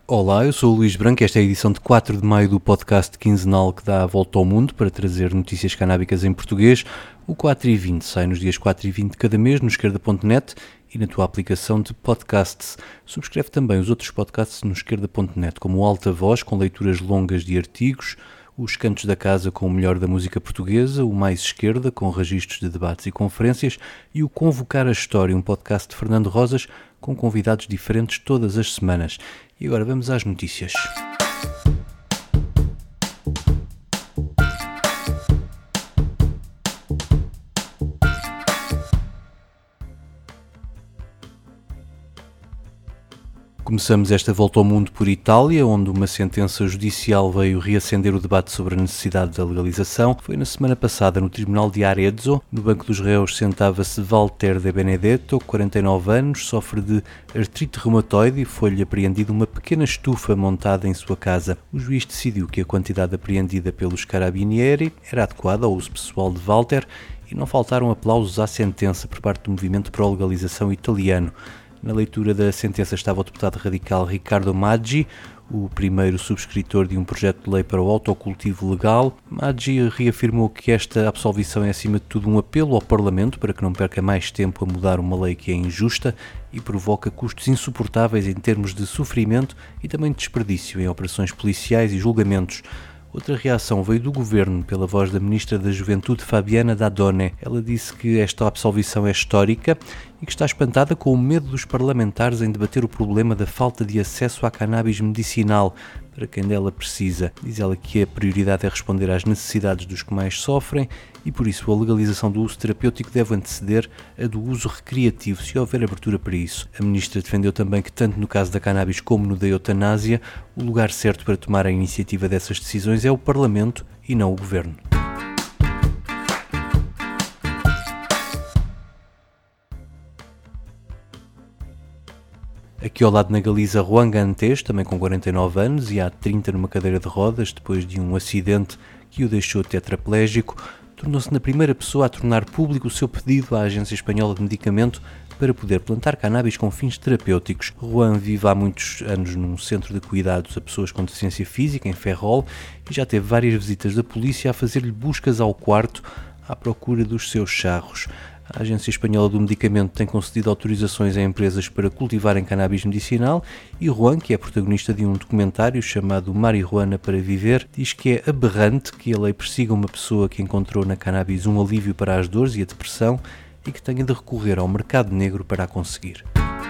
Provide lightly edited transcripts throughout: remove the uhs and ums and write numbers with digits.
Olá, eu sou o Luís Branco, esta é a edição de 4 de maio do podcast quinzenal que dá a volta ao mundo para trazer notícias canábicas em português. O 4/20 sai nos dias 4/20 de cada mês no esquerda.net e na tua aplicação de podcasts. Subscreve também os outros podcasts no esquerda.net, como o Alta Voz, com leituras longas de artigos, os Cantos da Casa com o melhor da música portuguesa, o Mais Esquerda, com registros de debates e conferências, e o Convocar a História, um podcast de Fernando Rosas, com convidados diferentes todas as semanas. E agora vamos às notícias. Começamos esta volta ao mundo por Itália, onde uma sentença judicial veio reacender o debate sobre a necessidade da legalização. Foi na semana passada no Tribunal de Arezzo. No banco dos réus sentava-se Walter De Benedetto, 49 anos, sofre de artrite reumatoide e foi-lhe apreendida uma pequena estufa montada em sua casa. O juiz decidiu que a quantidade apreendida pelos carabinieri era adequada ao uso pessoal de Walter e não faltaram aplausos à sentença por parte do movimento pró-legalização italiano. Na leitura da sentença estava o deputado radical Riccardo Maggi, o primeiro subscritor de um projeto de lei para o autocultivo legal. Maggi reafirmou que esta absolvição é acima de tudo um apelo ao Parlamento para que não perca mais tempo a mudar uma lei que é injusta e provoca custos insuportáveis em termos de sofrimento e também de desperdício em operações policiais e julgamentos. Outra reação veio do governo, pela voz da ministra da Juventude, Fabiana Dadone. Ela disse que esta absolvição é histórica e que está espantada com o medo dos parlamentares em debater o problema da falta de acesso à cannabis medicinal para quem dela precisa. Diz ela que a prioridade é responder às necessidades dos que mais sofrem e, por isso, a legalização do uso terapêutico deve anteceder a do uso recreativo, se houver abertura para isso. A ministra defendeu também que, tanto no caso da cannabis como no da eutanásia, o lugar certo para tomar a iniciativa dessas decisões é o Parlamento e não o Governo. Aqui ao lado na Galiza, Juan Gantés, também com 49 anos e há 30 numa cadeira de rodas, depois de um acidente que o deixou tetraplégico, tornou-se na primeira pessoa a tornar público o seu pedido à Agência Espanhola de Medicamento para poder plantar cannabis com fins terapêuticos. Juan vive há muitos anos num centro de cuidados a pessoas com deficiência física, em Ferrol, e já teve várias visitas da polícia a fazer-lhe buscas ao quarto à procura dos seus charros. A Agência Espanhola do Medicamento tem concedido autorizações a empresas para cultivarem cannabis medicinal e Juan, que é protagonista de um documentário chamado Marihuana para Viver, diz que é aberrante que a lei persiga uma pessoa que encontrou na cannabis um alívio para as dores e a depressão e que tenha de recorrer ao mercado negro para a conseguir.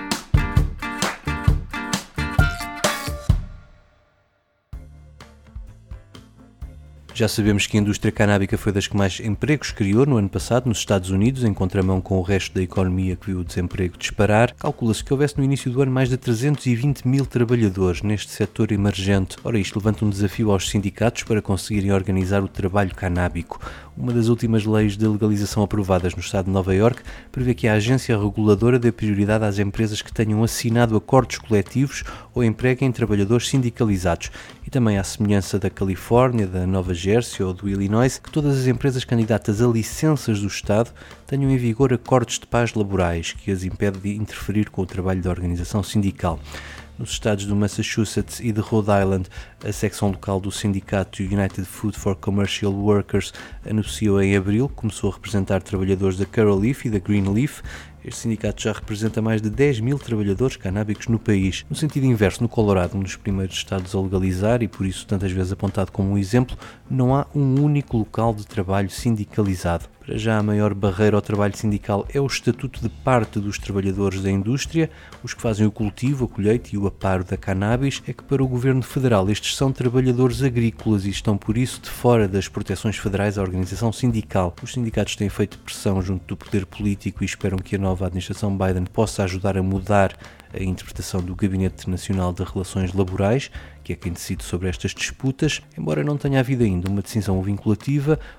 Já sabemos que a indústria canábica foi das que mais empregos criou no ano passado nos Estados Unidos, em contramão com o resto da economia que viu o desemprego disparar. Calcula-se que houvesse no início do ano mais de 320 mil trabalhadores neste setor emergente. Ora, isto levanta um desafio aos sindicatos para conseguirem organizar o trabalho canábico. Uma das últimas leis de legalização aprovadas no estado de Nova Iorque prevê que a agência reguladora dê prioridade às empresas que tenham assinado acordos coletivos ou empreguem trabalhadores sindicalizados. E também à semelhança da Califórnia, da Nova Jersey ou do Illinois, que todas as empresas candidatas a licenças do Estado tenham em vigor acordos de paz laborais que as impede de interferir com o trabalho da organização sindical. Nos estados do Massachusetts e de Rhode Island, a secção local do sindicato United Food for Commercial Workers anunciou em abril que começou a representar trabalhadores da Curaleaf e da Greenleaf. Este sindicato já representa mais de 10 mil trabalhadores canábicos no país. No sentido inverso, no Colorado, um dos primeiros estados a legalizar e por isso tantas vezes apontado como um exemplo, não há um único local de trabalho sindicalizado. Para já, a maior barreira ao trabalho sindical é o estatuto de parte dos trabalhadores da indústria, os que fazem o cultivo, a colheita e o aparo da cannabis. É que para o governo federal estes são trabalhadores agrícolas e estão por isso de fora das proteções federais à organização sindical. Os sindicatos têm feito pressão junto do poder político e esperam que a nova administração Biden possa ajudar a mudar a interpretação do Gabinete Nacional de Relações Laborais, que é quem decide sobre estas disputas. Embora não tenha havido ainda uma decisão vinculativa,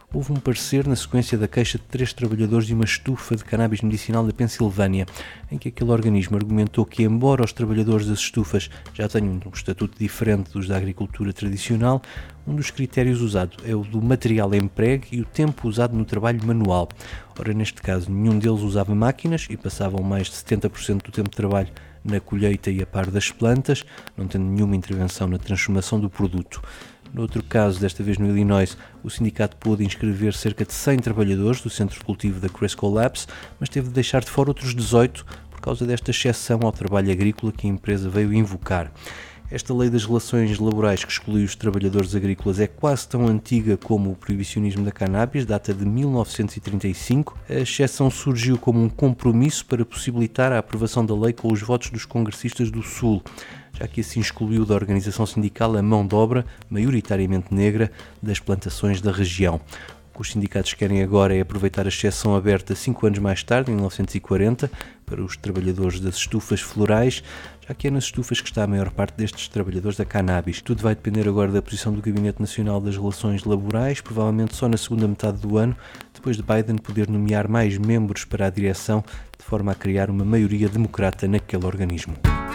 houve um parecer na sequência da queixa de 3 trabalhadores de uma estufa de cannabis medicinal da Pensilvânia, em que aquele organismo argumentou que, embora os trabalhadores das estufas já tenham um estatuto diferente dos da agricultura tradicional, um dos critérios usados é o do material empregue e o tempo usado no trabalho manual. Ora, neste caso, nenhum deles usava máquinas e passavam mais de 70% do tempo de trabalho na colheita e a par das plantas, não tendo nenhuma intervenção na transformação do produto. No outro caso, desta vez no Illinois, o sindicato pôde inscrever cerca de 100 trabalhadores do centro de cultivo da Cresco Labs, mas teve de deixar de fora outros 18 por causa desta exceção ao trabalho agrícola que a empresa veio invocar. Esta lei das relações laborais que exclui os trabalhadores agrícolas é quase tão antiga como o proibicionismo da cannabis, data de 1935. A exceção surgiu como um compromisso para possibilitar a aprovação da lei com os votos dos congressistas do Sul, já que assim excluiu da organização sindical a mão de obra, maioritariamente negra, das plantações da região. O que os sindicatos querem agora é aproveitar a exceção aberta 5 anos mais tarde, em 1940, para os trabalhadores das estufas florais, já que é nas estufas que está a maior parte destes trabalhadores da cannabis. Tudo vai depender agora da posição do Gabinete Nacional das Relações Laborais, provavelmente só na segunda metade do ano, depois de Biden poder nomear mais membros para a direção, de forma a criar uma maioria democrata naquele organismo.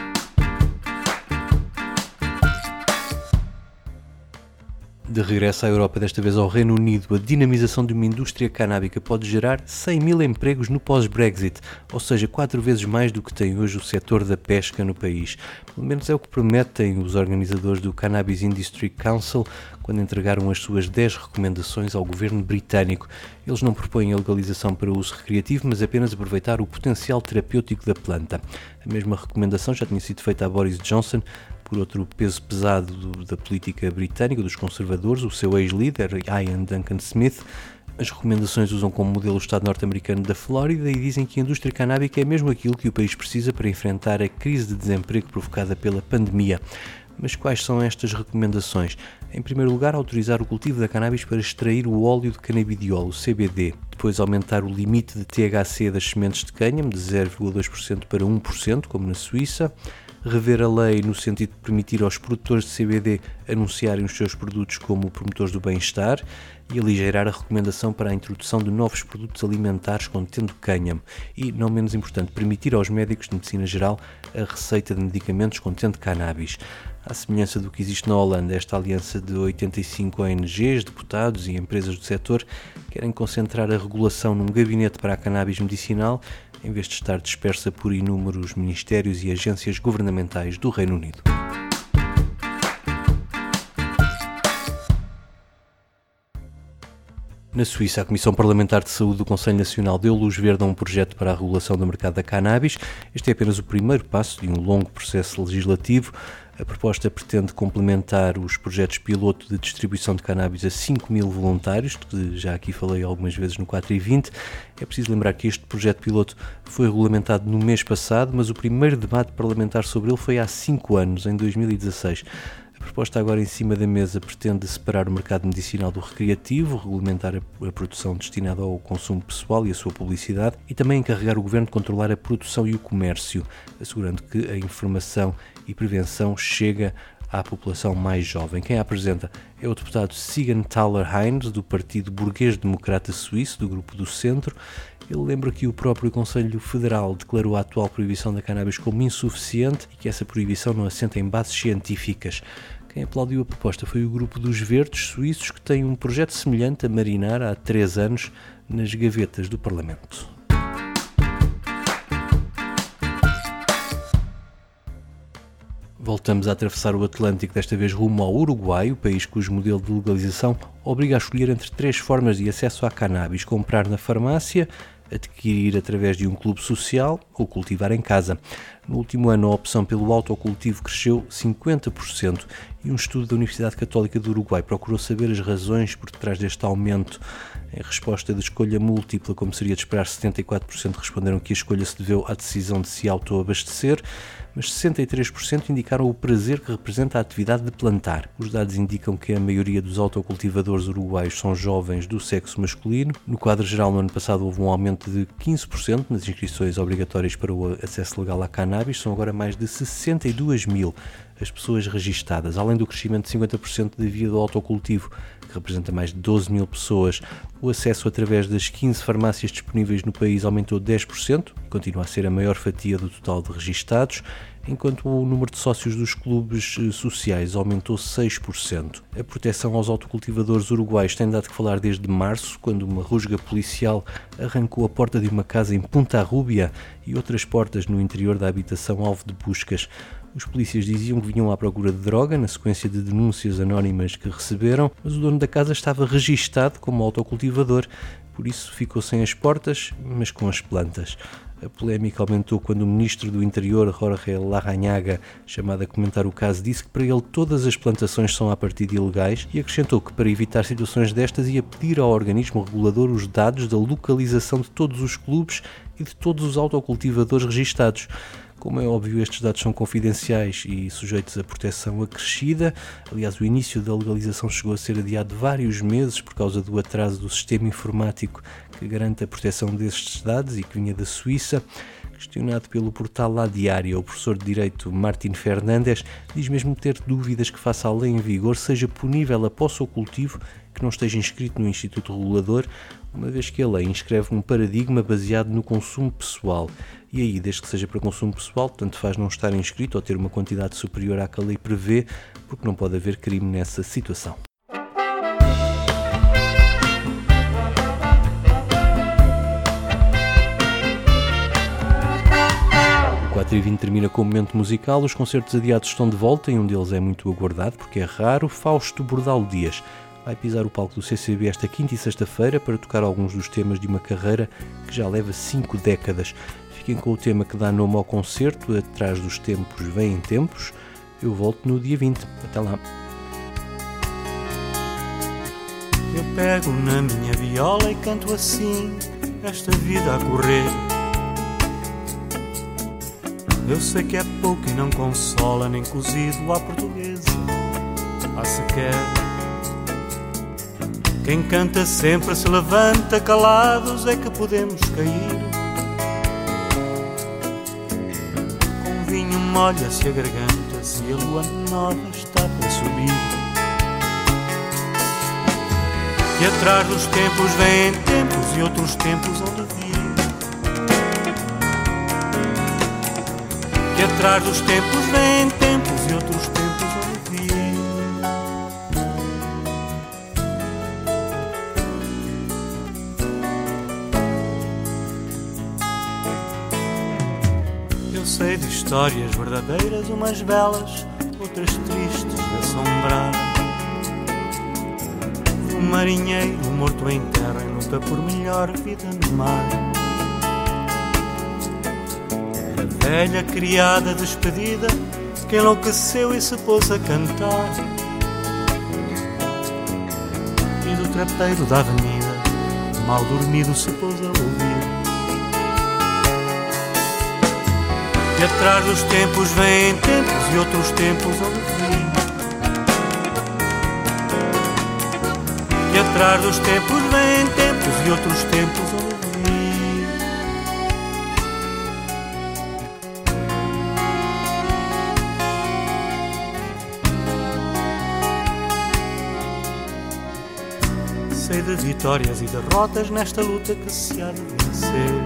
De regresso à Europa, desta vez ao Reino Unido, a dinamização de uma indústria canábica pode gerar 100 mil empregos no pós-Brexit, ou seja, 4 vezes mais do que tem hoje o setor da pesca no país. Pelo menos é o que prometem os organizadores do Cannabis Industry Council quando entregaram as suas 10 recomendações ao governo britânico. Eles não propõem a legalização para uso recreativo, mas apenas aproveitar o potencial terapêutico da planta. A mesma recomendação já tinha sido feita a Boris Johnson, por outro peso pesado da política britânica, dos conservadores, o seu ex-líder, Ian Duncan Smith. As recomendações usam como modelo o Estado norte-americano da Flórida e dizem que a indústria canábica é mesmo aquilo que o país precisa para enfrentar a crise de desemprego provocada pela pandemia. Mas quais são estas recomendações? Em primeiro lugar, autorizar o cultivo da cannabis para extrair o óleo de canabidiol, o CBD. Depois, aumentar o limite de THC das sementes de cânhamo de 0,2% para 1%, como na Suíça. Rever a lei no sentido de permitir aos produtores de CBD anunciarem os seus produtos como promotores do bem-estar e aligeirar a recomendação para a introdução de novos produtos alimentares contendo cânhamo e, não menos importante, permitir aos médicos de medicina geral a receita de medicamentos contendo cannabis. À semelhança do que existe na Holanda, esta aliança de 85 ONGs, deputados e empresas do setor querem concentrar a regulação num gabinete para a cannabis medicinal, em vez de estar dispersa por inúmeros ministérios e agências governamentais do Reino Unido. Na Suíça, a Comissão Parlamentar de Saúde do Conselho Nacional deu luz verde a um projeto para a regulação do mercado da cannabis. Este é apenas o primeiro passo de um longo processo legislativo. A proposta pretende complementar os projetos piloto de distribuição de cannabis a 5 mil voluntários, que já aqui falei algumas vezes no 4 e 20. É preciso lembrar que este projeto piloto foi regulamentado no mês passado, mas o primeiro debate parlamentar sobre ele foi há 5 anos, em 2016. A proposta agora em cima da mesa pretende separar o mercado medicinal do recreativo, regulamentar a produção destinada ao consumo pessoal e a sua publicidade e também encarregar o Governo de controlar a produção e o comércio, assegurando que a informação e prevenção chega à população mais jovem. Quem a apresenta é o deputado Siegenthaler Heinz, do Partido Burguês Democrata Suíço, do Grupo do Centro. Ele lembra que o próprio Conselho Federal declarou a atual proibição da cannabis como insuficiente e que essa proibição não assenta em bases científicas. Quem aplaudiu a proposta foi o Grupo dos Verdes suíços, que tem um projeto semelhante a marinar há 3 anos nas gavetas do Parlamento. Voltamos a atravessar o Atlântico, desta vez rumo ao Uruguai, o país cujo modelo de legalização obriga a escolher entre 3 formas de acesso à cannabis: comprar na farmácia, adquirir através de um clube social ou cultivar em casa. No último ano, a opção pelo autocultivo cresceu 50% e um estudo da Universidade Católica do Uruguai procurou saber as razões por detrás deste aumento. Em resposta de escolha múltipla, como seria de esperar, 74% responderam que a escolha se deveu à decisão de se autoabastecer, mas 63% indicaram o prazer que representa a atividade de plantar. Os dados indicam que a maioria dos autocultivadores uruguaios são jovens do sexo masculino. No quadro geral, no ano passado houve um aumento de 15% nas inscrições obrigatórias para o acesso legal à cannabis, cannabis, são agora mais de 62 mil as pessoas registadas, além do crescimento de 50% da via do autocultivo, que representa mais de 12 mil pessoas. O acesso através das 15 farmácias disponíveis no país aumentou 10%, continua a ser a maior fatia do total de registados, enquanto o número de sócios dos clubes sociais aumentou 6%. A proteção aos autocultivadores uruguaios tem dado que falar desde março, quando uma rusga policial arrancou a porta de uma casa em Punta Rubia e outras portas no interior da habitação alvo de buscas. Os polícias diziam que vinham à procura de droga, na sequência de denúncias anónimas que receberam, mas o dono da casa estava registado como autocultivador, por isso ficou sem as portas, mas com as plantas. A polémica aumentou quando o ministro do Interior, Jorge Larrañaga, chamado a comentar o caso, disse que para ele todas as plantações são à partida ilegais e acrescentou que para evitar situações destas ia pedir ao organismo regulador os dados da localização de todos os clubes e de todos os autocultivadores registados. Como é óbvio, estes dados são confidenciais e sujeitos a proteção acrescida. Aliás, o início da legalização chegou a ser adiado vários meses por causa do atraso do sistema informático que garante a proteção destes dados e que vinha da Suíça. Questionado pelo portal La Diaria, o professor de Direito Martín Fernández diz mesmo ter dúvidas que face à lei em vigor seja punível após o cultivo que não esteja inscrito no Instituto Regulador, uma vez que a lei inscreve um paradigma baseado no consumo pessoal. E aí, desde que seja para consumo pessoal, tanto faz não estar inscrito ou ter uma quantidade superior à que a lei prevê, porque não pode haver crime nessa situação. O 4h20 termina com o momento musical. Os concertos adiados estão de volta e um deles é muito aguardado, porque é raro. Fausto Bordalo Dias vai pisar o palco do CCB esta quinta e sexta-feira para tocar alguns dos temas de uma carreira que já leva 5 décadas. Fiquem com o tema que dá nome ao concerto, Atrás dos Tempos Vêm Tempos. Eu volto no dia 20. Até lá. Eu pego na minha viola e canto assim, esta vida a correr. Eu sei que é pouco e não consola, nem cozido à portuguesa, há sequer. Quem canta sempre se levanta, calados é que podemos cair. Com vinho molha-se a garganta, se a lua nova está para subir. E atrás dos tempos vêm tempos e outros tempos hão de vir. Que atrás dos tempos vêm tempos e outros tempos hão de vir. Eu sei de histórias verdadeiras, umas belas, outras tristes de assombrar. Um marinheiro morto em terra em luta por melhor vida no mar. A velha criada despedida que enlouqueceu e se pôs a cantar. E do trapeiro da avenida, mal dormido, se pôs a ouvir. E atrás dos tempos vêm tempos e outros tempos hão de vir. E atrás dos tempos vêm tempos e outros tempos hão de vir. Sei de vitórias e derrotas nesta luta que se há de vencer.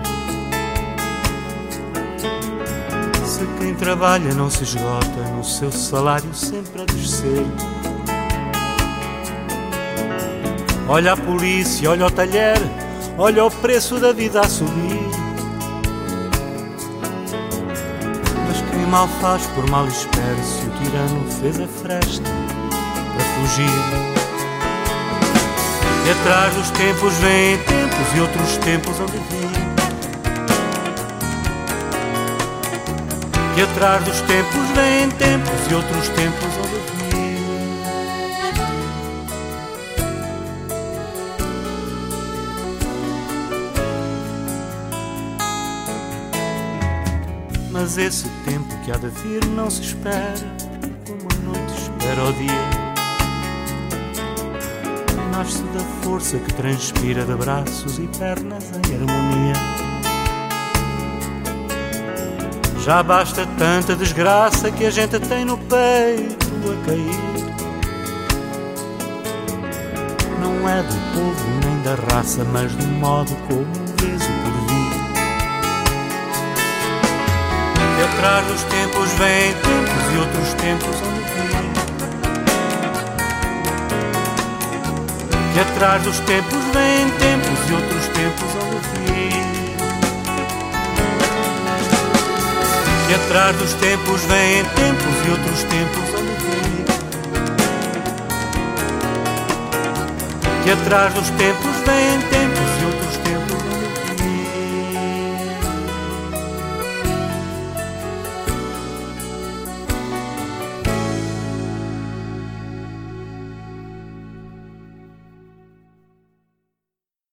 Se quem trabalha não se esgota, no seu salário sempre a descer. Olha a polícia, olha o talher, olha o preço da vida a subir. Mas quem mal faz por mal espera, se o tirano fez a fresta para fugir. E atrás dos tempos vêm tempos e outros tempos hão de vir. E atrás dos tempos vêm tempos e outros tempos hão de vir. Mas esse tempo que há de vir não se espera, como a noite espera o dia. Nasce da força que transpira de braços e pernas em harmonia. Já basta tanta desgraça que a gente tem no peito a cair. Não é do povo nem da raça, mas do modo como vês o porvir. Que atrás dos tempos vêm tempos e outros tempos hão de vir. Que atrás dos tempos vêm tempos e outros tempos hão de vir. Que atrás dos tempos vêm tempos e outros tempos hão de vir. Que atrás dos tempos vêm tempos